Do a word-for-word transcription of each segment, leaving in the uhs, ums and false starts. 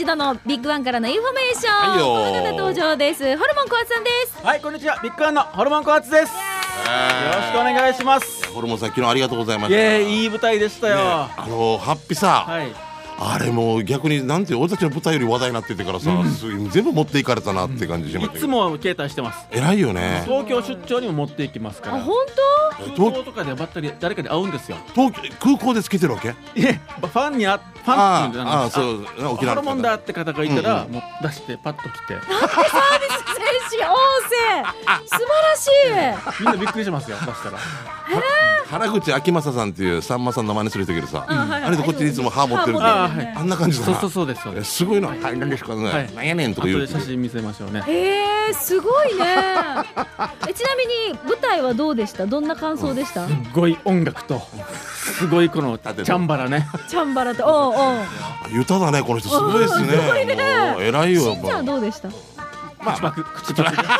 一度のビッグワンからのインフォメーション、 はいよー。 この方登場です。ホルモン小松さんです。 はい、こんにちは。ビッグワンのホルモン小松です。よろしくお願いします。 ホルモンさん、昨日ありがとうございました。 いえ、いい舞台でしたよ、ね、 あのハッピーさ、 はい、 あれもう逆になんて俺たちの舞台より話題になっててからさ、うん、全部持っていかれたなって感じしました。 いつも携帯してます。 偉いよね。 東京出張にも持っていきますから。 あ、本当？空港とかでばったり誰かに会うんですよ。 東京空港でつけてるわけ？ いえ、ファンにあファンっていうのああ、そうホルモンだって方がいたら、うんうん、もう出してパッと来て、 なんてサービス精神旺盛、素晴らしい。 みんなびっくりしますよ、出したら。 原口あきまささんっていうさんまさんの真似する人いるさ、 うん、 あれでこっちにいつも歯持ってるんで、あんな感じだな。 そうそうそうです、そうです。 すごいな。はい、何ですかね、はい、何やねんとか言う。 後で写真見せましょうね。 へー、すごいね。え、ちなみに舞台はどうでした？どんな感想でした？ うん、すごい音楽とすごいこのチャンバラね。 チャンバラと、おうおう、 歌だねこの人、すごいですね。 すごいね。 偉いよ。 しんちゃんどうでした？ まあ、口パク口パクで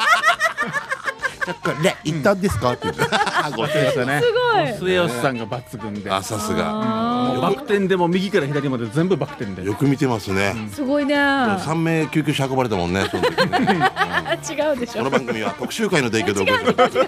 ね、行ったんですかって言ってごめんなさいね。 すごい。 末吉さんが抜群で、 あ、さすが。 もうバク転でも右から左まで全部バク転で。 よく見てますね。 すごいね。 三名救急車運ばれたもんね、その時ね。 違うでしょ。 この番組は特集会の提供でお送りします。はい。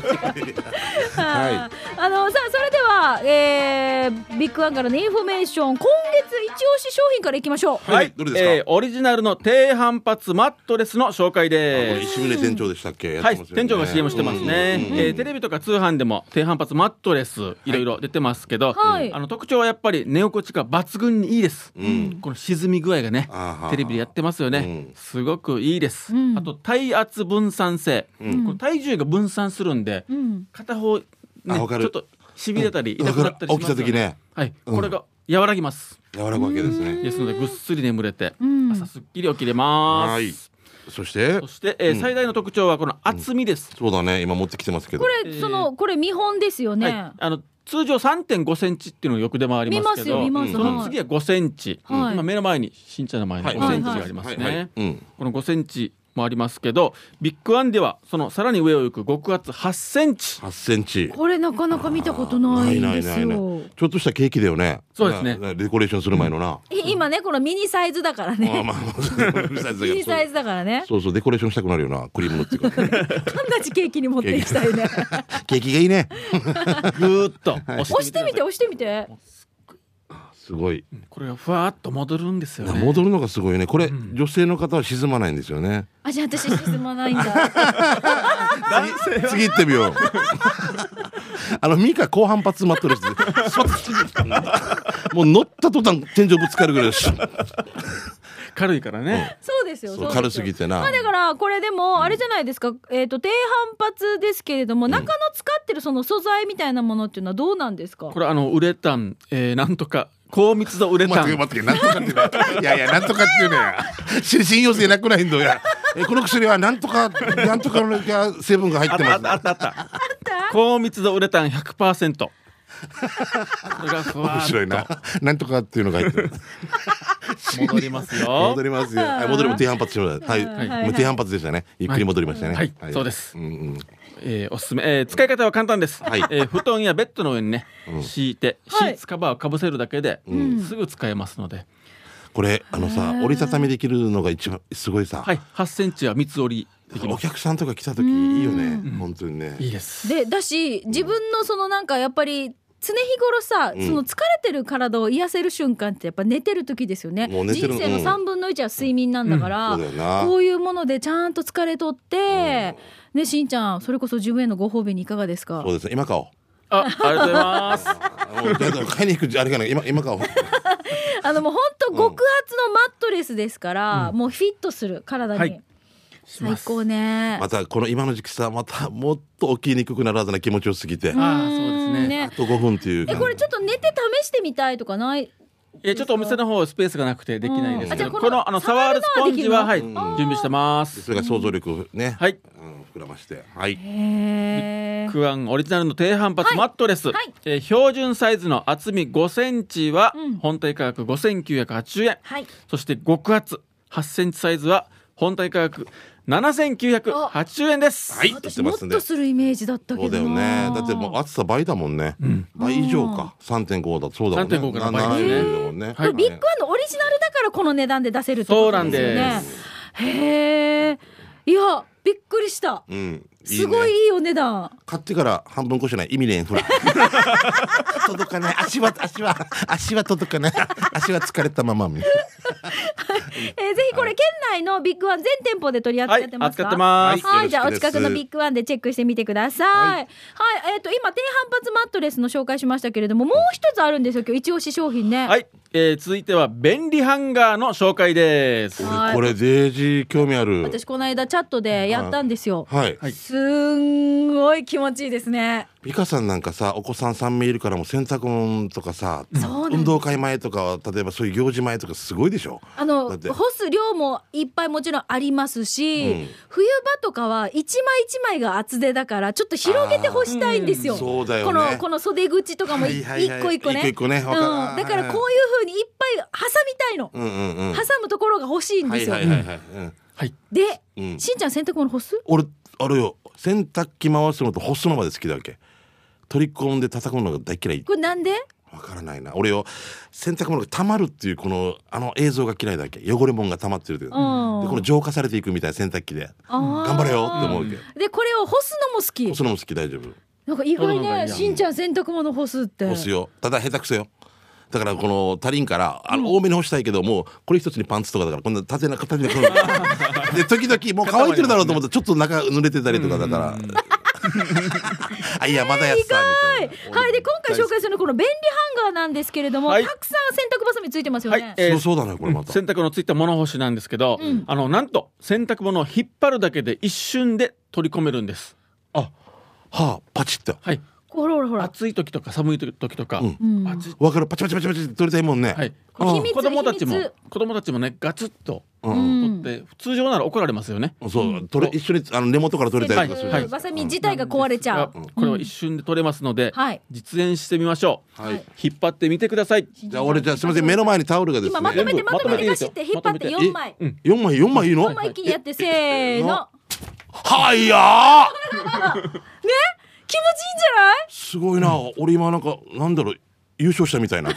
あのさあ、それでは、えー、ビッグワンからのインフォメーション、今月一押し商品からいきましょう。 はい。どれですか？ えー、オリジナルの低反発マットレスの紹介です。 石宗店長でしたっけ？ はい、店長が シーエム してますね。テレビとか通販でも低反発マットレスいろいろ出てますけど、はい、あの特徴はやっぱり寝心地が抜群にいいです、うん、この沈み具合がね、テレビでやってますよね、うん、すごくいいです、うん、あと体圧分散性、うん、これ体重が分散するんで、うん、片方、ね、ちょっとしびれたり痛くなったりしますよね。 起きた時ね、 はい、これが和らぎます。 和らぐわけですね。 ですのでぐっすり眠れて、うん、朝すっきり起きれます。はい、 そしてそして、えーうん、最大の特徴はこの厚みです、 うん、そうだね、今持ってきてますけど、 これ、そのこれ見本ですよね、 はい、あの通常 さんてんごセンチっていうのがよく出回りますけど、 見ますよ、見ます、 その次はごセンチ、はい、今目の前にしんちゃんの前にはいごセンチがありますね。このごセンチもありますけど、ビッグワンではそのさらに上を行く極厚はちセンチ。 はちセンチ。 これなかなか見たことないんですよ。ないないないない。 ちょっとしたケーキだよね。 そうですね。 デコレーションする前のな。 うん、今ねこのミニサイズだからね。あ、まあ、ミニサイズだからね。 そうそう、デコレーションしたくなるよな、クリームのっていうか。 神立ケーキに持っていきたいね。 ケーキがいいね。 ぐーっと押してみて押してみて。 すごい。 これがふわっと戻るんですよね。 戻るのがすごいね。これ、うん、女性の方は沈まないんですよね。 あ、じゃあ私沈まないんだ。 次行ってみよう。あのミカ高反発マットレスでもう乗った途端天井ぶつかるぐらいです。 軽いからね、 うん、そうですよ、そう軽すぎてな、 まあ、だからこれでもあれじゃないですか、えーと低反発ですけれども、うん、中の使ってるその素材みたいなものっていうのはどうなんですか？ これあのウレタン、えー、なんとか高密度ウレタン。 待って待って、なんとかっていやいや、なんとかっていうのや信用性なくないんだよ。えこの薬はなんとかなんとかの成分が入ってます。 あったあったあった高密度ウレタン ひゃくパーセント。 面白いな。なんとかっていうのが入ってる。 戻りますよ。 戻りますよ。はい、戻りも低反発しました。はい、はい、低反発でしたね。ゆっくり戻りましたね。 はい、はい、そうです。うんうん、えー、おすすめ、えー、使い方は簡単です。はい、えー、布団やベッドの上にね、うん、敷いてシーツカバーをかぶせるだけで、うん、すぐ使えますので。 これあのさ、折りたたみできるのが一番すごいさ。 はい、はちセンチは三つ折り。 お客さんとか来た時いいよね、本当にね。 いいです。 でだし、自分のそのなんかやっぱり常日頃さ、うん、その疲れてる体を癒せる瞬間ってやっぱ寝てる時ですよね。人生のさんぶんのいちは睡眠なんだから、うんうん、こういうものでちゃんと疲れとって、うん、ね、しんちゃんそれこそ自分へのご褒美にいかがですか？ そうですね、今買おう。 あ、ありがとうございます。 もう買いに行くあれかな、今今買おう。 あのもう本当極厚のマットレスですから、うん、もうフィットする体に、はい、最高ね。 またこの今の時期さ、またもっと起きにくくなるはずな気持ちよすぎて、 あ、そうですね、 ね、 あとごふんっていう。 え、これちょっと寝て試してみたいとかない？ え、ちょっとお店の方スペースがなくてできないですけど、この、このあの触るスポンジは、はい、準備してます。 それが想像力ね、はい、うん、膨らまして、はい。 ビッグワンオリジナルの低反発マットレス、はいはい、えー、標準サイズの厚みごセンチは本体価格ごせんきゅうひゃくはちじゅうえん、はい、そして極厚はちセンチサイズは本体価格ななせんきゅうひゃくはちじゅうえんです。 はい、私もっとするイメージだったけどな。 そうだよね。だってもう厚さ倍だもんね、うん、倍以上か。 さんてんご だとそうだもんね。 さんてんご から倍ですね。 ね、はい、ビッグワンのオリジジナルだからこの値段で出せるってことですよね。そうなんです。へえ。いやびっくりした、うん、いいね、すごいいいお値段。 買ってから半分こしない意味ねえほら届かない足は足は足は届かない足は疲れたままえー、ぜひこれ県内のビッグワン全店舗で取り扱ってますか？ はい、扱ってます。 はい、じゃあお近くのビッグワンでチェックしてみてください。はい、はい、えっ、ー、と今低反発マットレスの紹介しましたけれども、もう一つあるんですよ今日一押し商品ね。 はい、えー、続いては便利ハンガーの紹介です。 俺これデージー興味ある。 私この間チャットでやったんですよ。 はい、はい、 すんごい気持ちいいですね。 美香さんなんかさお子さんさん名いるからも洗濯物とかさ、運動会前とか例えばそういう行事前とかすごいでしょ。 あの干す量もいっぱいもちろんありますし、うん、冬場とかは一枚一枚が厚手だからちょっと広げて干したいんですよ。 うん、そうだよね、 このこの袖口とかも一個一個ね、だからこういう風にいっぱい挟みたいの、うんうんうん、挟むところが欲しいんですよ。で、うん、しんちゃん洗濯物干す？ 俺あれよ洗濯機回すのと干すのまで好きだわけ。取り込んで叩くのが大嫌い。 これなんで？ わからないな。俺よ洗濯物が溜まるっていうこのあの映像が嫌いだっけ。汚れ物が溜まってるという、でこの浄化されていくみたいな洗濯機で頑張れよって思うわけ、 うん、でこれを干すのも好き。 干すのも好き。大丈夫。 なんか意外ねしんちゃん洗濯物干すって干すよ。ただ下手くそよ。だからこの足りんからあの多めに干したいけども、これ一つにパンツとかだからこんな縦な形でこので時々もう乾いてるだろうと思ったらちょっと中濡れてたりとかだからあいやまだやつさみたいな。 はい、で今回紹介するのこの便利ハンガーなんですけれども、はい、たくさん洗濯バサミついてますよね。はい、 えー、そうそうだねこれまた。 洗濯のついた物干しなんですけど、うん、あのなんと洗濯物を引っ張るだけで一瞬で取り込めるんです。 あ、はあパチッと。 はい。 ほらほらほら。 暑い時とか寒い時とか、うん、 わかる。パチパチパチパチ取りたいもんね。 はい。子供たちも子供たちもねガツッと取って、普通常なら怒られますよね。 そう、取れ一緒にあの根元から取れたりとかする。 はい、バサミ自体が壊れちゃう。 これは一瞬で取れますので、実演してみましょう。はい。引っ張ってみてください。 じゃあ俺じゃあすみません目の前にタオルがですね。 今まとめてまとめて走って引っ張ってよんまい。 よんまいよんまいいいの？ よんまい一気にやってせーの。 はいやー。 ね？気持ちいいんじゃない？ すごいな。俺今なんかなんだろう優勝したみたいな。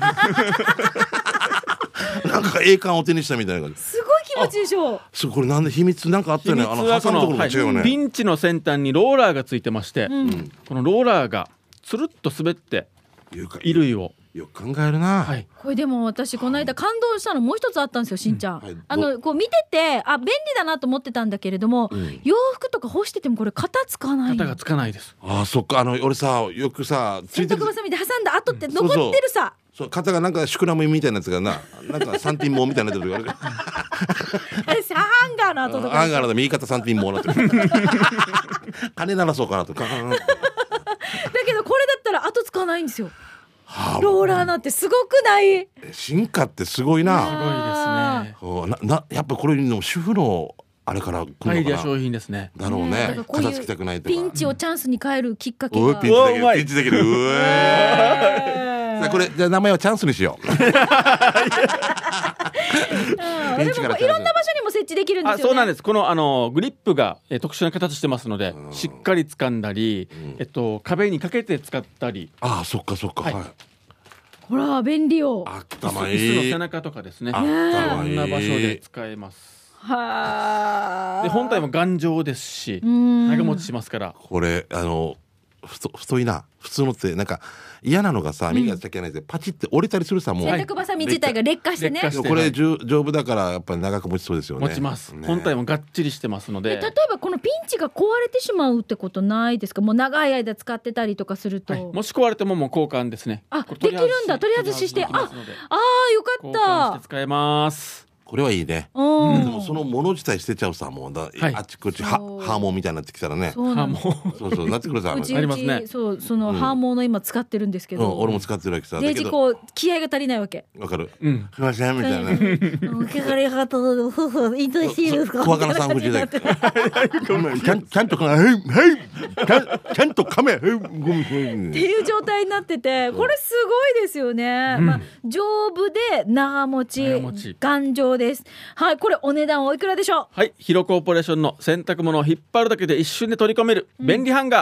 なんか栄冠を手にしたみたいな感じ。 すごい気持ちいいでしょ。 そう、これなんで秘密なんかあったよね。あの挟むところが違うよね、はい、 ピンチの先端にローラーがついてまして、うん、このローラーがつるっと滑って衣類をよく考えるな、 はい、これでも私この間感動したのもう一つあったんですよしんちゃん、うんはい、あのこう見ててあ便利だなと思ってたんだけれども、うん、洋服とか干しててもこれ型つかない。 型がつかないです。 あそっか。あの俺さよくさ洗濯バサミで挟んだ後って残ってるさ、 うん、そうそうそう型がなんかシュクラムみたいなやつがななんかサンティンモーみたいなやつがあるからあれハンガーの後とかハンガーの右肩サンティンモーなって金鳴らそうかなとかだけどこれだったら後つかないんですよ。ローラーなんてすごくない？ 進化ってすごいな。 すごいですね。 ななやっぱこれの主婦のあれから来るのかな。 アイデア商品ですね。 だろうね。片付きたくないとか。 ピンチをチャンスに変えるきっかけが。 ピンチできる。ピンチできる。うえ。さあこれじゃあ名前はチャンスにしよう。 でもいろんな場所にも設置できるんですよね。 あ、そうなんです。このあのグリップが、えー、特殊な形してますので、しっかり掴んだり、うん、えっと壁にかけて使ったり。 ああ、そっかそっか。はい。はい、 ほら便利よ。 あったまいい。 椅子の背中とかですね。あったまいい。いろんな場所で使えます。はあ。で本体も頑丈ですし、長持ちしますから。これあの太, 太いな。普通のってなんか嫌なのがさ、右が先じゃないでパチって折れたりするさ、もう洗濯バサミ自体が劣化してね。 これ丈夫だからやっぱり長く持ちそうですよね。 持ちます、ね、本体もがっちりしてますので。 例えばこのピンチが壊れてしまうってことないですか？もう長い間使ってたりとかすると、はい、 もし壊れてももう交換ですね。 あ、できるんだ。取り外しして、ああーよかった。 交換して使えます。 これはいいね。でもそのもの自体捨てちゃうさ、もうだ、はい、あっちこっちハーモンみたいになってきたらね。 そうなんそうそうそうなってくるさ。 うちうちそうそのハーモンの今使ってるんですけど、 うん、俺も使ってるわけさ。 デージこう気合が足りないわけ。 わかる。うん。すみませんみたいな。 気がれがたのそうそういいとしいですか。 小若菜さん夫人だ。ちゃんちゃんとかはいはいちゃんとカメっていう状態になってて、これすごいですよね。まあ丈夫で長持ち頑丈です。はい。これお値段おいくらでしょう？ はい、ヒロコーポレーションの洗濯物を引っ張るだけで一瞬で取り込める便利ハンガー、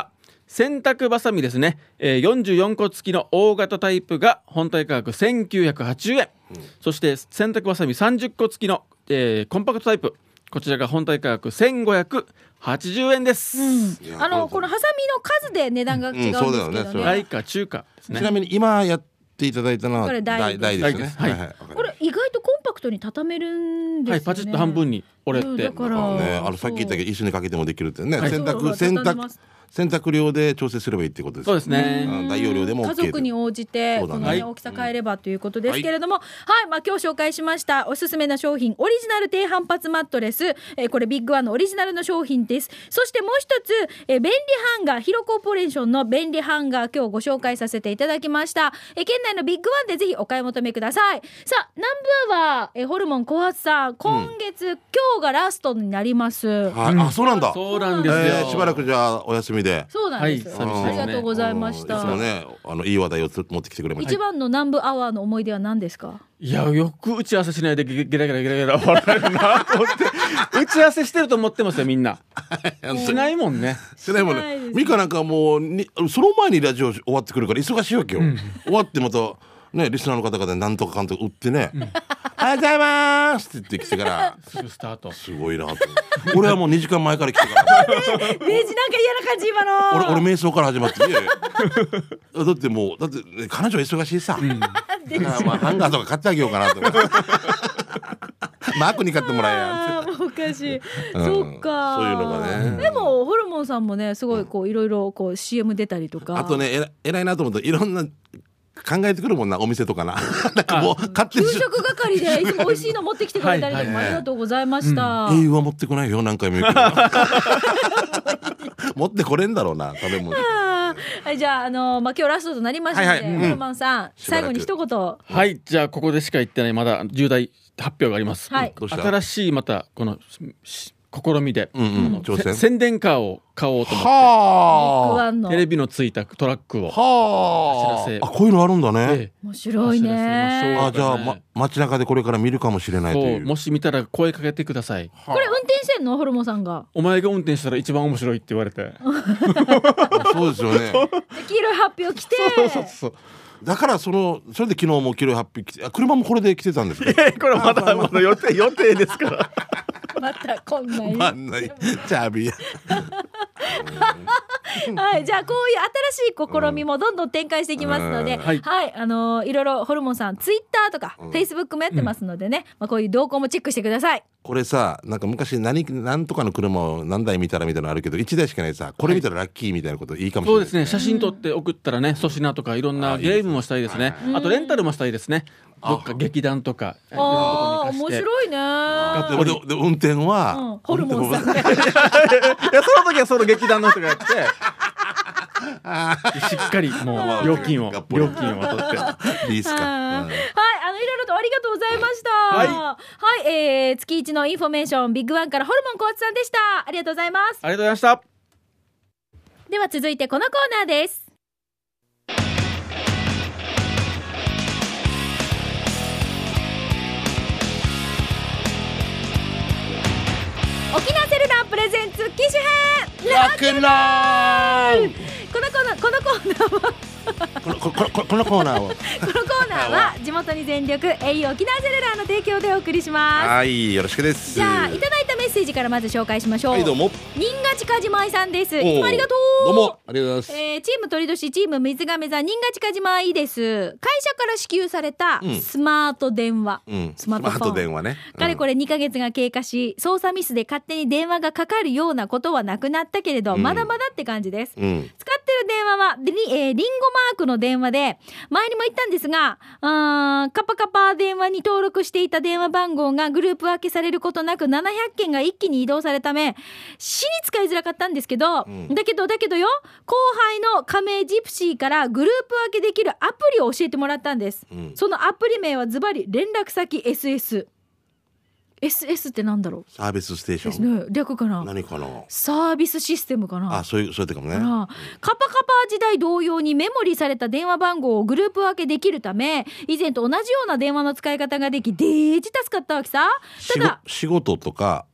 洗濯バサミですね、えー、よんじゅうよんこ付きの大型タイプが本体価格せんきゅうひゃくはちじゅうえん、うん、そして洗濯バサミさんじゅっこ付きの、えー、コンパクトタイプ、こちらが本体価格せんごひゃくはちじゅうえんです、うん、 あのこのハサミの数で値段が違うんですけどね、うんうんね、 大か中華ですね。 ちなみに今やっていただいたのはこれ大ですね、 はいはい、 これ意外とコンパクトに畳めるんですよね、 はい、パチッと半分に折れて、 だから、 ね、あのさっき言ったけど椅子にかけてもできるってね、はい、洗濯洗濯洗濯量で調整すればいいってことです。 そうですね、 うん、大容量でも OK、 家族に応じてこの、ね、大きさ変えればということですけれども、はい、はい、まあ、今日紹介しましたおすすめな商品、オリジナル低反発マットレス、えー、これビッグワンのオリジナルの商品です。そしてもう一つ、えー、便利ハンガー、ヒロコーポレーションの便利ハンガー、今日ご紹介させていただきました。えー、県内のビッグワンでぜひお買い求めください。さあ、南部は、えー、ホルモン小発さん、今月、うん、今日がラストになります、 はい、うん、あ、そうなんだ、 そうなんですよ、 えー、しばらくじゃあお休みで。 そうなんです、はい、ありがとうございました。 いつもね、あのいい話題を持ってきてくれました。 一番の南部アワーの思い出は何ですか？ いや、よく打ち合わせしないでゲラゲラゲラゲラ笑えるなと思って打ち合わせしてると思ってますよ、みんなしないもんね。 しないもんね。ミカなんかもうにその前にラジオ終わってくるから忙しいわけよ、うん、終わってまたね、リスナーの方々なんとかかんとか打ってね、うん、おはようございますって言ってきてからすぐスタート。 すごいなと俺はもうにじかんまえから来てからレイジなんか嫌な感じ今の。 俺俺瞑想から始まってだってもうだって、ね、彼女は忙しいさ、うん、だからまあハンガーとか買ってあげようかなとマークに買ってもらえやん。おかしい、うん、そっか、 そういうのがね。 でもホルモンさんもね、すごいこういろいろこう シーエム 出たりとか、 あとね、えら偉いなと思うといろんな考えてくるもんな、お店とかななんかもう勝手に給食係でいつも美味しいの持ってきてくれたりとかもありがとうございました。 栄養は持ってこないよ、何回も言うけど持ってこれんだろうな、食べ物。 はい、じゃあ、あのーまあ、今日ラストとなりましたので、はいはい、ホルモンさん、うん、最後に一言。 はい、じゃあここでしか言ってないまだ重大発表があります、はい、新しいまたこの試みで、うんうん、挑戦宣伝カーを買おうと思って、はテレビのついたトラックをは知らせ、あ、こういうのあるんだね、ええ、 面白いね。 あ、じゃあ、ま、街中でこれから見るかもしれないという。 もし見たら声かけてください。 これ運転してんの、ホルモンさんが。 お前が運転したら一番面白いって言われてそうですよね黄色い発表来てそうそうそう、だからそのそれで昨日も黄色い発表来て、あ、車もこれで来てたんですかこれまだまだ予定予定ですからまたこんないまんないチャービーはい、じゃあこういう新しい試みもどんどん展開していきますので、うん、はい、はい、あのー、いろいろホルモンさんツイッターとか、うん、フェイスブックもやってますのでね、うん、まあ、こういう動向もチェックしてください。 これさ、なんか昔何何とかの車を何台見たらみたいなのあるけどいちだいしかないさ、これ見たらラッキーみたいなこといいかもしれない、ね、 そうですね、写真撮って送ったらね、粗品とかいろんなゲームもしたいですね。 あ, いいですね、あとレンタルもしたいですね。どっか劇団とか、 ああ、面白いね。 で, で運転は、 うん、ホルモンさんいや、 その時はその劇団の人がやってしっかりもう料金を料金を取っていいですか、うん、はい、 あのいろいろとありがとうございました。はい、はい、えー、月一のインフォメーションビッグワンからホルモン小松さんでした。ありがとうございます。 ありがとうございました。 では続いてこのコーナーです。沖縄セルラープレゼンツ機種編ロックンロール。 このコーナーこのコーナーはこのこここのコーナーをこのコーナーは地元に全力 エーユー 沖縄セルラーの提供でお送りします。 はい、よろしくです。 じゃあいただいたメッセージからまず紹介しましょう。 はい、どうも。 新賀近島愛さんです。いつもありがとう。 どうもありがとうございます。 えー、チーム鳥年チーム水亀座新賀近島愛です。会社から支給されたスマート電話、 うん、スマートフォン、スマート電話ね、 うん、かれこれにかげつが経過し操作ミスで勝手に電話がかかるようなことはなくなったけれど、うん、まだまだって感じです、うん、使ってる電話はリ、えー、リンゴマークの電話で、前にも言ったんですが、あーカパカパ電話に登録していた電話番号がグループ分けされることなくななひゃっけんが一気に移動されたため死に使いづらかったんですけど、うん、だけどだけどよ、後輩の加盟ジプシーからグループ分けできるアプリを教えてもらったんです、うん、そのアプリ名はズバリ連絡先 エスエス。エスエス ってなんだろう。 サービスステーション、 ね、略かな。 何かな。 サービスシステムかな。 あ、そういうそうやってかもね、うん、 カパカパ時代同様にメモリーされた電話番号をグループ分けできるため、以前と同じような電話の使い方ができデージ助かったわけさ。ただ仕事とか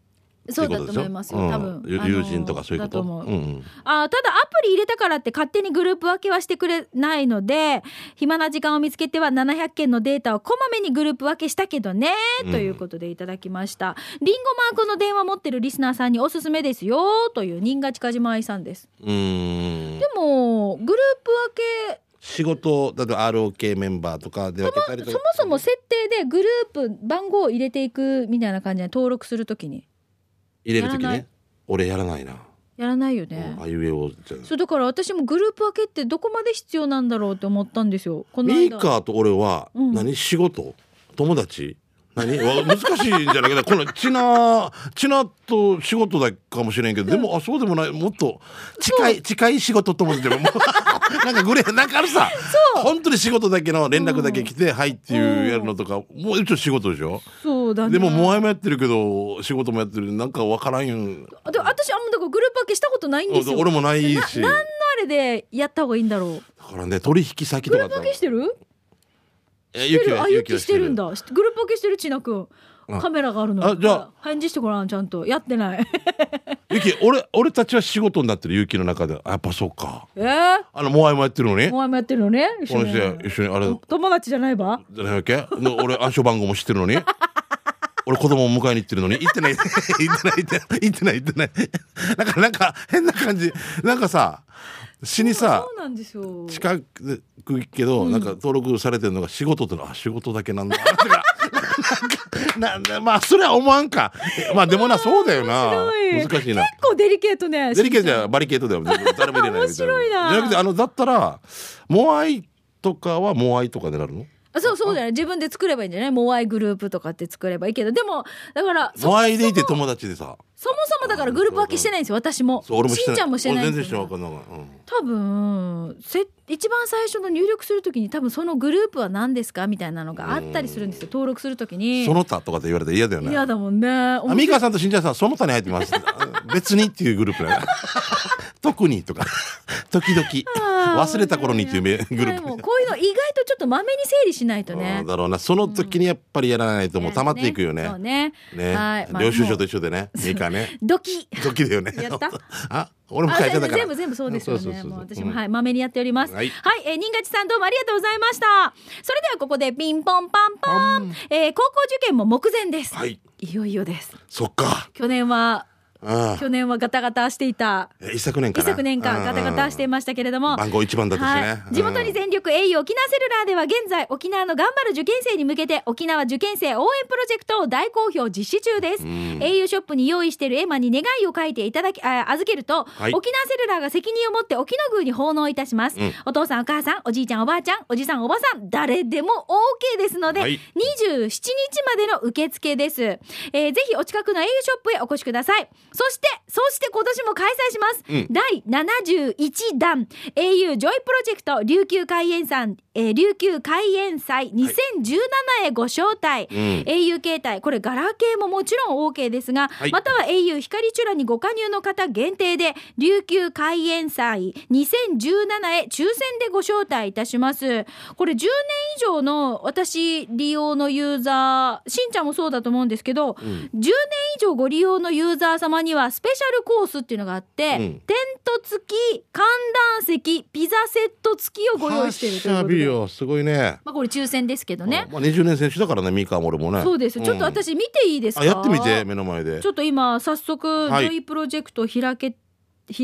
そうだと思いますよ、多分、 うん、友人とかそういうこと。 だと思う、 うんうん、 あ、ただアプリ入れたからって勝手にグループ分けはしてくれないので、暇な時間を見つけてはななひゃっけんのデータをこまめにグループ分けしたけどね、うん、ということでいただきました。リンゴマークの電話持ってるリスナーさんにおすすめですよという新賀近島愛さんです。うーん、でもグループ分け仕事だと アールオーケー メンバーとかで分けたりとか、 そもそも設定でグループ番号を入れていくみたいな感じで登録するときに入れるときね、俺やらないな。 やらないよね、 うん、あいうえおじゃそうだから私もグループ分けってどこまで必要なんだろうって思ったんですよ。この間ミーカーと俺は、うん、何仕事友達何難しいんじゃないけどこのチナチナと仕事だかもしれんけど、でもあそうでもない、もっと近い近い仕事と思ってもなんかグレーなんかあるさ、本当に仕事だけの連絡だけ来て、うん、はいっていうやるのとか、もう一応仕事でしょ。 そうだね。 でもモアイもやってるけど仕事もやってる、なんかわからんよ。 で私あんまだからグループ分けしたことないんですよ。 俺もないし。 な何のあれでやった方がいいんだろう。 だからね、取引先とかグループ分けしてる？ してる、 あ、ゆきしてるんだ。グループ分けしてるちなくん。カメラがあるの。 あ、じゃあ返事してごらん、ちゃんとやってない。 ゆき、俺俺たちは仕事になってる、ゆきの中で。あ、やっぱそうか。 えー、 あのモアイもやってるのに。 モアイもやってるのね。 一緒に一緒にあれ。 友達じゃないば？ じゃないわけ？俺暗証番号も知ってるのに。俺子供を迎えに行ってるのに行ってない行ってない行ってない行ってない行ってない。なんかなんか変な感じ。なんかさ。死にさ、 そうなんですよ、 近く行くけど、うん、なんか登録されてるのが仕事ってのは仕事だけなんだなんかまあそれは思わんか。まあでもな、そうだよな、難しいな。 結構デリケートね。 デリケートじゃバリケートだよ。誰も入れないみたいな。面白いな。 じゃなくて、あのだったらモアイとかはモアイとかでなるの？ あ、そうそうだよね。自分で作ればいいんじゃない？モアイグループとかって作ればいいけど、でもだからモアイでいて友達でさ、 そもそもだからグループ分けしてないんですよ、私も。 そう、俺もしてない。 しんちゃんもしてないんですよ。 全然してない、うん、 多分せ一番最初の入力するときに多分そのグループは何ですかみたいなのがあったりするんですよ、登録するときに。 その他とかって言われたら嫌だよね。 嫌だもんね。 アミカさんとしんちゃんさんその他に入ってます別にっていうグループだよ特にとか時々忘れた頃にっていうグループ。 もこういうの意外とちょっとまめに整理しないとね。 だろうな、その時にやっぱりやらないともう溜まっていくよね。 そうね。 ね、はい、領収書と一緒でね。ミカね。 ドキドキだよね。 やった。 あ、俺も会社だから。 全部全部そうですよね。もう私もはいまめにやっております。はい、はい、えー、新勝さんどうもありがとうございました。それではここでピンポンパンポン、えー、高校受験も目前です。はい。いよいよです。 そっか。 去年は。ああ去年はガタガタしていた一昨年かな一昨年間ガタガタしていましたけれども、 番号一番だったしね、 はい、地元に全力 エーユー 沖縄セルラーでは現在沖縄の頑張る受験生に向けて沖縄受験生応援プロジェクトを大好評実施中です。 エーユー ショップに用意している絵馬に願いを書いていただきあ預けると、はい、沖縄セルラーが責任を持って沖野宮に奉納いたします、うん、お父さんお母さんおじいちゃんおばあちゃんおじさんおばさん誰でも OK ですので、はい、にじゅうしちにちまでの受付です、えー、ぜひお近くの エーユー ショップへお越しください。そしてそしてそして今年も開催します、うん、だいななじゅういちだん エーユー ジョイプロジェクト琉球開園祭、えー、琉球開園祭にせんじゅうななへご招待、はい、エーユー 携帯これガラケーももちろん OK ですが、はい、または エーユー 光チュラにご加入の方限定で琉球開園祭にせんじゅうななへ抽選でご招待いたします。これじゅうねん以上の私利用のユーザー、しんちゃんもそうだと思うんですけど、うん、じゅうねん以上ご利用のユーザー様にはスペシャルコースっていうのがあって、うん、テント付き観覧席ピザセット付きをご用意しているということで、 よすごいね。 まあ、これ抽選ですけどね、 まあ、にじゅうねん選手だからね、ミカも俺もね。 そうです、うん、ちょっと私見ていいですか。 あ、やってみて、目の前で。 ちょっと今早速ジョイプロジェクトを開け、はい、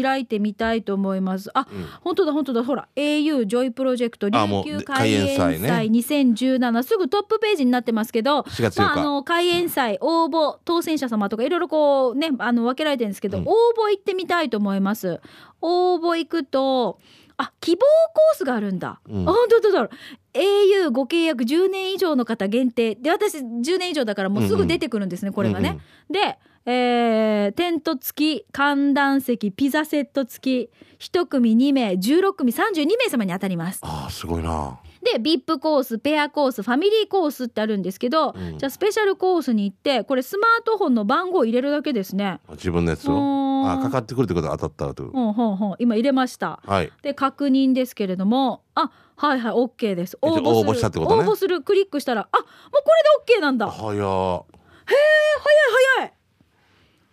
開いてみたいと思います。あ、うん、本当だ本当だ、ほら エーユー ジョイプロジェクト琉球開園祭にせんじゅうなな、すぐトップページになってますけど、 しがつようか、 まあ、あの開園祭応募当選者様とかいろいろこうね、あの分けられてるんですけど、うん、応募行ってみたいと思います。応募行くとあ、希望コースがあるんだ、うん、あ、本当だ。 エーユー ご契約じゅうねん以上の方限定で、私じゅうねん以上だからもうすぐ出てくるんですね、うんうん、これがね、うんうん、でえー、テント付き観覧席ピザセット付きいち組にめいじゅうろく組さんじゅうにめい様に当たります。 あー、すごいな。 で ブイアイピー コースペアコースファミリーコースってあるんですけど、うん、じゃあスペシャルコースに行ってこれスマートフォンの番号を入れるだけですね。 自分のやつをあかかってくるってことは当たったという、 ほんほんほん、今入れました、はい、で確認ですけれども、あ、はいはい OK です。応募する応募したってことね。 応募するクリックしたら、あ、もうこれで OK なんだ。 早や、へえ、早い早い。あ、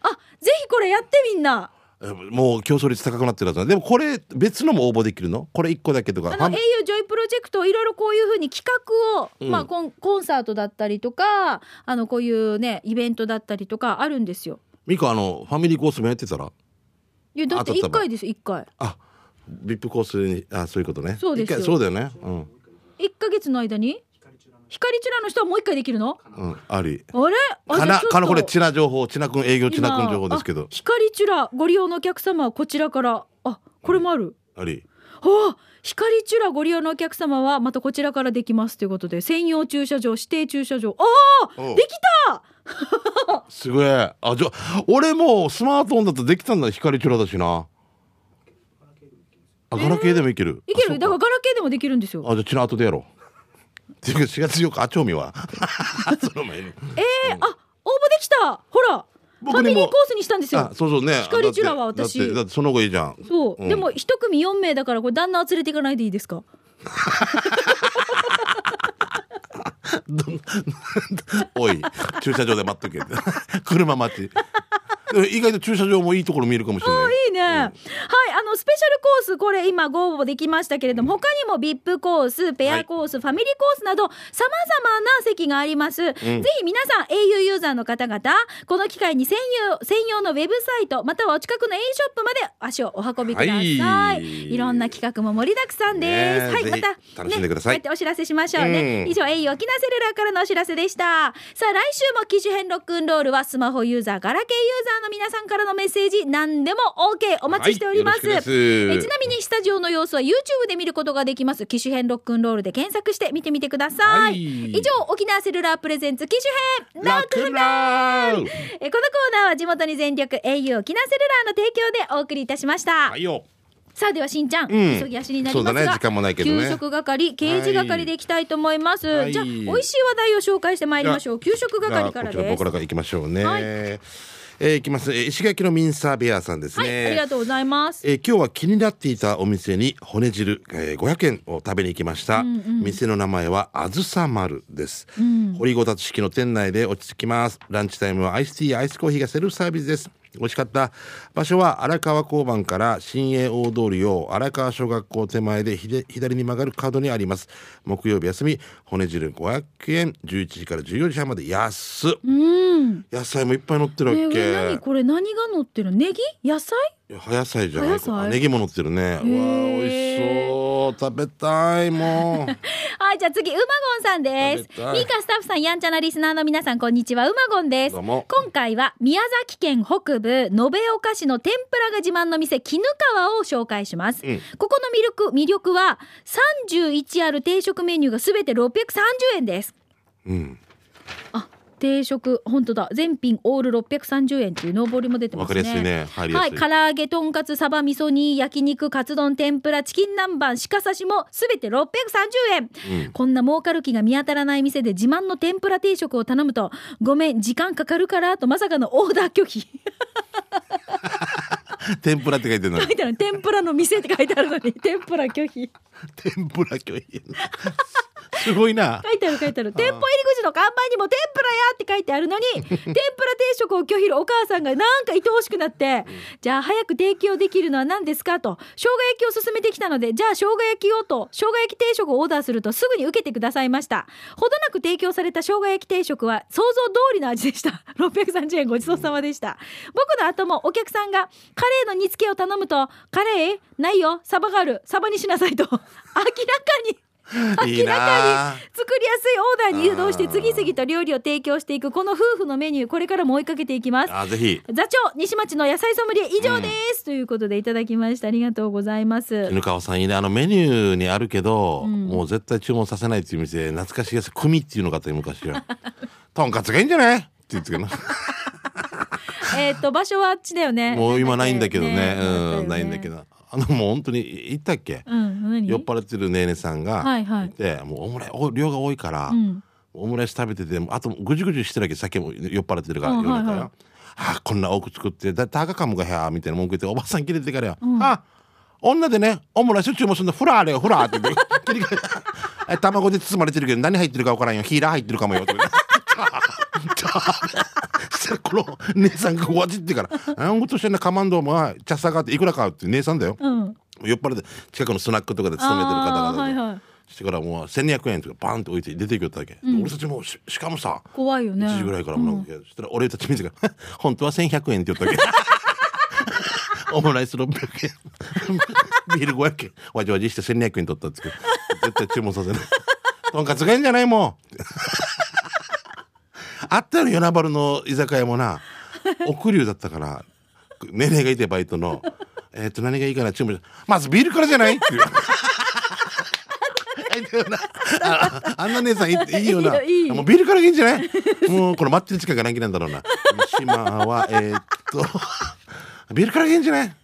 ぜひこれやってみんな。 もう競争率高くなってるはずだ。でもこれ別のも応募できるの？これいっこだけとか。 あの エーユー ジョイプロジェクトいろいろこういうふうに企画を、うん、まあコン、コンサートだったりとか、あのこういうねイベントだったりとかあるんですよ。 ミカあのファミリーコースもやってたら？ いやだっていっかいですいっかい。 あ、ビップコースに、あ、そういうことね。 そうですよ。 そうだよね。うん。 いっかげつの間に光チュラの人はもう一回できるの？ うん、あり。 あれ？ かな、かなこれチナ情報、チナくん営業チナくん情報ですけど。 光チュラご利用のお客様はこちらから、あ、これもある。 うん、あり。 はあ、光チュラご利用のお客様はまたこちらからできますということで、専用駐車場、指定駐車場。ああ、できた。 すごい。あ、じゃ俺もスマートフォンだとできたんだ。光チュラだしな。あ、ガラケーでもいける。 いける。だからガラケーでもできるんですよ。 あ、じゃあチナ後でやろう。しがつようか、あ、調味はその前にえー、うん、あ、応募できた。ほらファミリーコースにしたんですよ。 あ、そうそうね。 光チュラは私だって、だってその後いいじゃん。 そう、うん、でも一組よんめいだからこれ旦那を連れていかないでいいですか？ おい、駐車場で待っとけ車待ち意外と駐車場もいいところ見えるかもしれない。 あ、いいね、うん、はい、あのスペシャルコースこれ今ご応募できましたけれども、他にも ブイアイピー コース、ペアコース、はい、ファミリーコースなど様々な席があります、うん、ぜひ皆さん エーユー ユーザーの方々この機会に専用、専用のウェブサイトまたはお近くの A ショップまで足をお運びください、はい、いろんな企画も盛りだくさんです、はい、また楽しんでください、 ね、こうやってお知らせしましょうね、うん、以上 エーユー 沖縄セルラーからのお知らせでした。さあ来週も機種編ロックンロールはスマホユーザー、ガラケーユーザーの皆さんからのメッセージ何でも OK お待ちしております、はい、えちなみにスタジオの様子は YouTube で見ることができます。機種編ロックンロールで検索して見てみてください、はい、以上沖縄セルラープレゼンツ機種編ロックンロール、えこのコーナーは地元に全力 エーユー 沖縄セルラーの提供でお送りいたしました。 はいよ。 さあではしんちゃん、うん、急ぎ足になりますが、 ね、時間もないけどね、 給食係、刑事係でいきたいと思います、はい、じゃあ美味しい話題を紹介してまいりましょう。給食係からです。 僕らからいきましょうね、はい、えー、いきます。石垣のミンサーベアさんですね、 はい、ありがとうございます、 えー、今日は気になっていたお店に骨汁、えー、ごひゃくえんを食べに行きました、うんうん、店の名前はあずさ丸です、うん、掘りごたつ式の店内で落ち着きます。ランチタイムはアイスティーやアイスコーヒーがセルフサービスです。美味しかった。場所は荒川交番から新栄大通りを荒川小学校手前で左に曲がる角にあります。木曜日休み、骨汁ごひゃくえん、じゅういちじからじゅうよじはんまで安っ、うん、野菜もいっぱい乗ってるわけ、 えー、何これ何が乗ってる？ネギ？野菜？ 葉野菜じゃないか。ネギも乗ってるね。うわー美味しそう。食べたいもうはいじゃあ次うまごんさんです。ミーカスタッフさん、やんちゃなリスナーの皆さんこんにちは、うまごんです。今回は宮崎県北部延岡市の天ぷらが自慢の店絹川を紹介します、うん、ここの魅力魅力はさんじゅういちある定食メニューがすべてろっぴゃくさんじゅうえんです、うん、あ定食本当だ、全品オールろっぴゃくさんじゅうえんっていうのぼりも出てますね。 わかりやすいね。入りやすい。 はい、唐揚げ、とんかつ、サバ、味噌煮、焼肉、カツ丼、天ぷら、チキン南蛮、鹿刺しもすべてろっぴゃくさんじゅうえん、うん、こんな儲かる気が見当たらない店で自慢の天ぷら定食を頼むと、ごめん時間かかるからとまさかのオーダー拒否天ぷらって書いてるのに書いてある、天ぷらの店って書いてあるのに天ぷら拒否天ぷら拒否すごいな。 書いてある書いてある。店舗入り口の看板にも天ぷらやって書いてあるのに天ぷら定食を拒否るお母さんがなんか愛おしくなって、うん、じゃあ早く提供できるのは何ですかと生姜焼きを勧めてきたので、じゃあ生姜焼きをと生姜焼き定食をオーダーするとすぐに受けてくださいました。ほどなく提供された生姜焼き定食は想像通りの味でした。ろっぴゃくさんじゅうえんごちそうさまでした。僕の後もお客さんがカレーの煮付けを頼むと、カレーないよ、サバがある、サバにしなさいと明らかに明らかに作りやすいオーダーに誘導して次々と料理を提供していくこの夫婦のメニュー、これからも追いかけていきます。 あ、ぜひ。 座長西町の野菜ソムリエ以上です、うん、ということでいただきました。ありがとうございます。 絹川さんいいね。あのメニューにあるけど、うん、もう絶対注文させないっていう店、懐かしいやつ組っていうのがあった昔はとんかつがいいんじゃないって言ってくるなえっと場所はあっちだよね。 もう今ないんだけど ね, ね, うん、ないんだけど、あのもう本当に言ったっけ、うん、酔っ払ってるネーネさんが、はいはい、でもうオムライス量が多いから、うん、オムライス食べててあとぐじゅぐじゅしてるわけ、酒も酔っ払ってるから、うん、夜中よ、はいはい、あこんな多く作ってだ高かもがやみたいな文句言っておばさん切れてからよ、うん、あ女でねオムライス注文するのフラーレよフラーって言って卵で包まれてるけど何入ってるか分からんよ、ヒーラー入ってるかもよってこの姉さんがわじってからあんことしてんなカマンドは茶さがあっていくらかって姉さんだよ、うん、酔っ払って近くのスナックとかで勤めてる方々で、はいはい、してからもうせんにひゃくえんとかバンと置いて出ていくよったわけ、うん、俺たちも し, しかもさ怖いよねいちじぐらいからもらうわけ、うん、そしたら俺たち自ら本当はせんひゃくえんって言ったわけオムライスろっぴゃくえんビールごひゃくえんわじわじしてせんにひゃくえん取ったんですけど絶対注文させないとんかつがいいんじゃないもうあったよ与那原の居酒屋もな奥流だったからねねがいてバイトのえっと何がいいかな注文まずビールからじゃないっていうあ, あんな姉さんい い, いいよないいよもうビールからがいいんじゃないもうこの待ってる時間が何気なんだろうな島はえー、っとビールからがいいんじゃない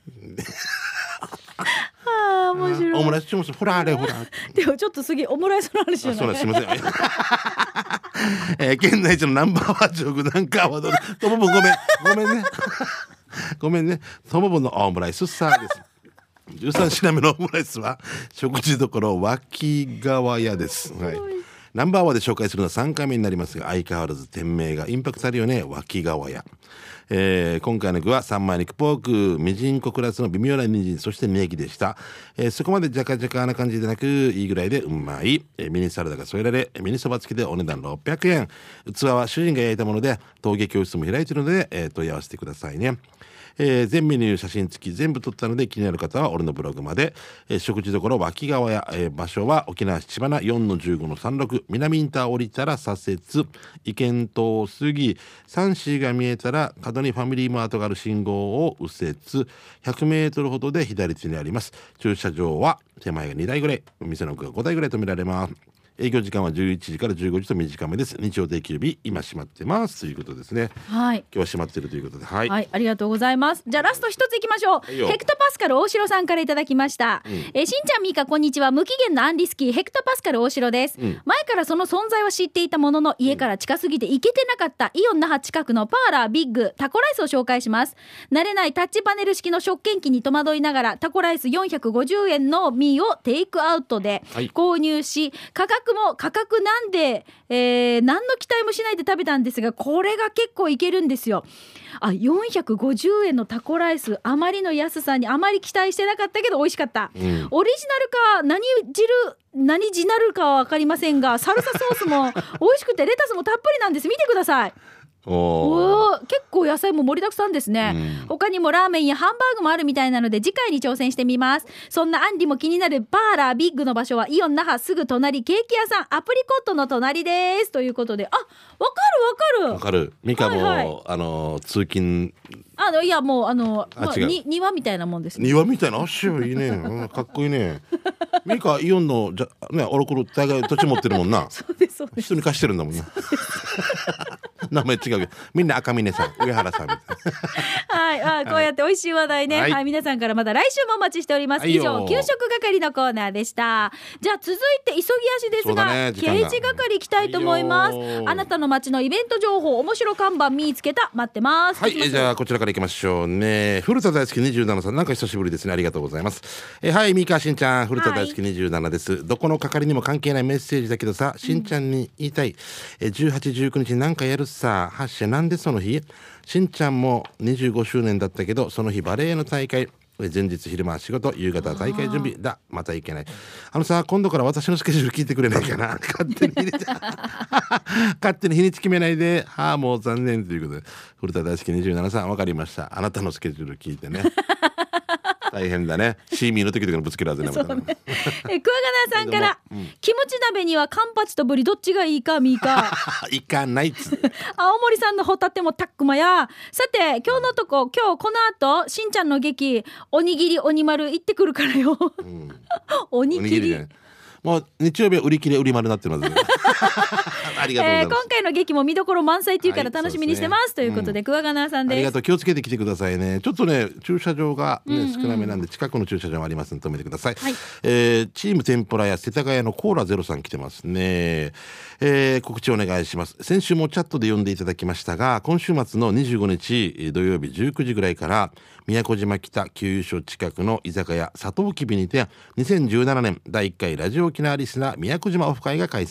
あー面白いオムライス注文するほらあれほらでもちょっと次オムライスの話じゃないそうなんすいませんえー、県内一のナンバーワン食なんかはどれともぶんごめんごめんねごめんねともぶんのオムライスさですじゅうさん品目のオムライスは食事処脇川屋です、はい、ナンバーワンで紹介するのはさんかいめになりますが相変わらず店名がインパクトあるよね脇川屋、えー、今回の具は三枚肉ポークみじんこクラスの微妙な人参そしてネギでした、えー、そこまでジャカジャカな感じでなくいいぐらいでうまい、えー、ミニサラダが添えられミニそば付きでお値段ろっぴゃくえん器は主人が焼いたもので陶芸教室も開いているので、えー、問い合わせてくださいね。えー、全メニュー写真付き全部撮ったので気になる方は俺のブログまで、えー、食事処脇川屋、えー、場所は沖縄市千花 よんのじゅうごのさんじゅうろく 南インター降りたら左折意見島過ぎサンシーが見えたら角にファミリーマートがある信号を右折ひゃくメートルほどで左手にあります。駐車場は手前がにだいぐらい店の奥がごだいぐらい止められます。営業時間はじゅういちじからじゅうごじと短めです。日曜定休日今閉まってますということですね。 はい。 今日は閉まっているということで、はい、 はい、ありがとうございます。じゃあラスト一ついきましょう。ヘクトパスカル大城さんからいただきました。うん、えしんちゃんみーかこんにちは。無期限のアンリスキーヘクトパスカル大城です。うん、前からその存在は知っていたものの家から近すぎて行けてなかったイオン那覇近くのパーラービッグタコライスを紹介します。慣れないタッチパネル式の食券機に戸惑いながらタコライスよんひゃくごじゅうえんのミーをテイクアウトで購入し、はい、価格も価格なんで、えー、何の期待もしないで食べたんですがこれが結構いけるんですよ。あよんひゃくごじゅうえんのタコライスあまりの安さにあまり期待してなかったけど美味しかった、うん、オリジナルか何汁何地なるかは分かりませんがサルサソースも美味しくてレタスもたっぷりなんです。見てください。お結構野菜も盛りだくさんですね、うん、他にもラーメンやハンバーグもあるみたいなので次回に挑戦してみます。そんなアンリも気になるパーラービッグの場所はイオン那覇すぐ隣ケーキ屋さんアプリコットの隣ですということで、あ、わかるわかるわかるミカも、はいはい、あの通勤あのいやもうあのあ、まあ、に庭みたいなもんです、 ね、庭みたいな足はいいね、うん、かっこいいねミカイオンのじゃ、ね、オロコロ大概土地持ってるもんなそうですそうです人に貸してるんだもんな名前違うけどみんな赤峰さん上原さんみたいなはい、あこうやって美味しい話題ね、はいはい、皆さんからまた来週もお待ちしております。以上給食係のコーナーでした。じゃあ続いて急ぎ足ですが、ね、刑事係行きたいと思います。あなたの街のイベント情報面白看板見つけた待ってます。 はい、じゃあこちらから行きましょうね。古田大好きにじゅうななさんなんか久しぶりですね。ありがとうございます。えはいミカしんちゃん古田大好きにじゅうななです、はい、どこの係にも関係ないメッセージだけどさしんちゃんに言いたい、うん、えじゅうはち、じゅうくにちなんかやるさ発射なんでその日しんちゃんもにじゅうごしゅうねんだったけどその日バレエの大会前日昼間仕事夕方大会準備だまた行けないあのさ今度から私のスケジュール聞いてくれないかな勝手に勝手に日にち決めないではあもう残念ということで古田大好きにじゅうななさん分かりましたあなたのスケジュール聞いてね大変だねシーミーの時とかのぶつけるはずねえクワガナさんから、うん、キムチ鍋にはカンパチとブリどっちがいいかミーかいかないっつ青森さんのホタテもタックマやさて今日のとこ今日この後しんちゃんの劇おにぎりおにまる行ってくるからよ、うん、おにぎりもう日曜日は売り切れ売り丸になってます、ねありがとうございます、えー、 今回の劇も見どころ満載というから楽しみにしてます、はい、ね、ということで、うん、クワガナーさんです。 ありがとう気をつけて来てくださいね。ちょっとね駐車場が、ねうんうん、少なめなんで近くの駐車場もありますので止めてください、はい、えー、チーム天ぷらや世田谷のコーラゼロさん来てますね、えー、告知お願いします。先週もチャットで読んでいただきましたが今週末のにじゅうごにち土曜日じゅうくじぐらいから宮古島北給油所近くの居酒屋佐藤きびにてにせんじゅうななねんだいいっかいラジオ沖縄リスナー宮古島オフ会が開催されます。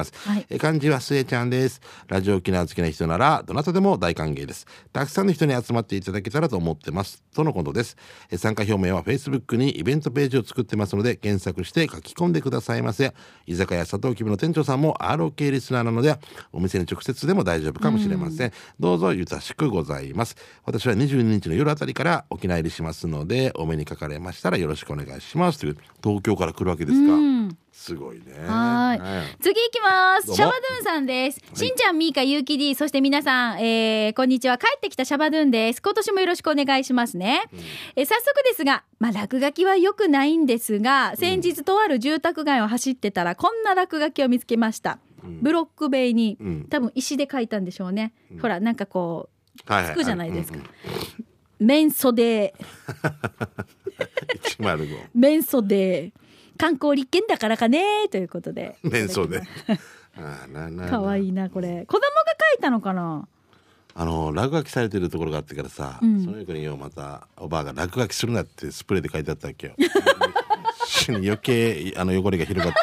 ます、はい、え漢字はすえちゃんです。ラジオ沖縄好きな人ならどなたでも大歓迎です。たくさんの人に集まっていただけたらと思ってますとのことです。え参加表明は Facebook にイベントページを作ってますので検索して書き込んでくださいませ。居酒屋佐藤気分の店長さんも アールオーケー リスナーなのでお店に直接でも大丈夫かもしれません、うん、どうぞゆたしくございます。私はにじゅうににちの夜あたりから沖縄入りしますのでお目にかかれましたらよろしくお願いしますという東京から来るわけですか、うん、すごいね。 はい、はい、次行きます。シャバドゥンさんです、はい、しんちゃん、みーか、ゆうき D、 そして皆さん、えー、こんにちは。帰ってきたシャバドゥンです。今年もよろしくお願いしますね、うん、え早速ですが、まあ、落書きは良くないんですが、先日とある住宅街を走ってたらこんな落書きを見つけました、うん、ブロック塀に、うん、多分石で描いたんでしょうね、うん、ほらなんかこうつくじゃないですか、面袖面袖観光立県だからかねということで面袖かわいいな。これ子供が描いたのかな。 あの落書きされてるところがあってからさ、うん、その横によまたおばあが落書きするなってスプレーで書いてあったわけよ余計あの汚れが広がって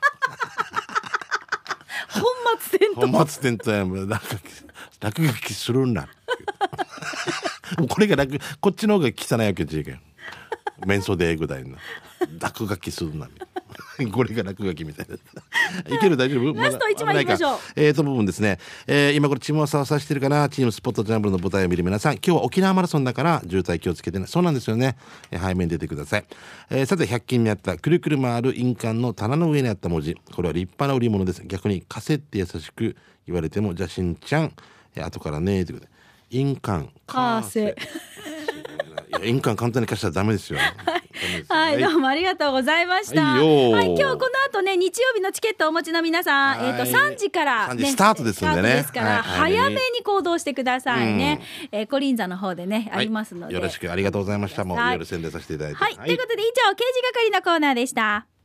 本末転倒本末転倒やもん。落書き落書きするなこれが落こっちの方が汚いわけじゃけん。面相でぐらいな落書きするなみたいなこれが落書きみたいないける大丈夫。 ラストいちまいいきましょう。 えーと部分ですね、えー、今これチームをさわさしてるかな。チームスポットジャンブルの舞台を見る皆さん、今日は沖縄マラソンだから渋滞気をつけてね。そうなんですよね、えー、早めに出てください、えー、さてひゃく均にあったくるくる回る印鑑の棚の上にあった文字、これは立派な売り物です。逆に貸せって優しく言われても、じゃあしんちゃん、えー、後からねということで印鑑貸せ印鑑簡単に貸したらダメですよはい、どうもありがとうございました。はい、はい、今日この後ね、日曜日のチケットをお持ちの皆さん、えっとさんじから、ね、 さんじスタートですんでね。 ですから、はい、早めに行動してくださいね。うん、えー、コリンザの方でね、ありますので、 よろしくありがとうございました。もう夜宣伝させていただいて。 はい、はい、ということで以上刑事係のコーナーでした。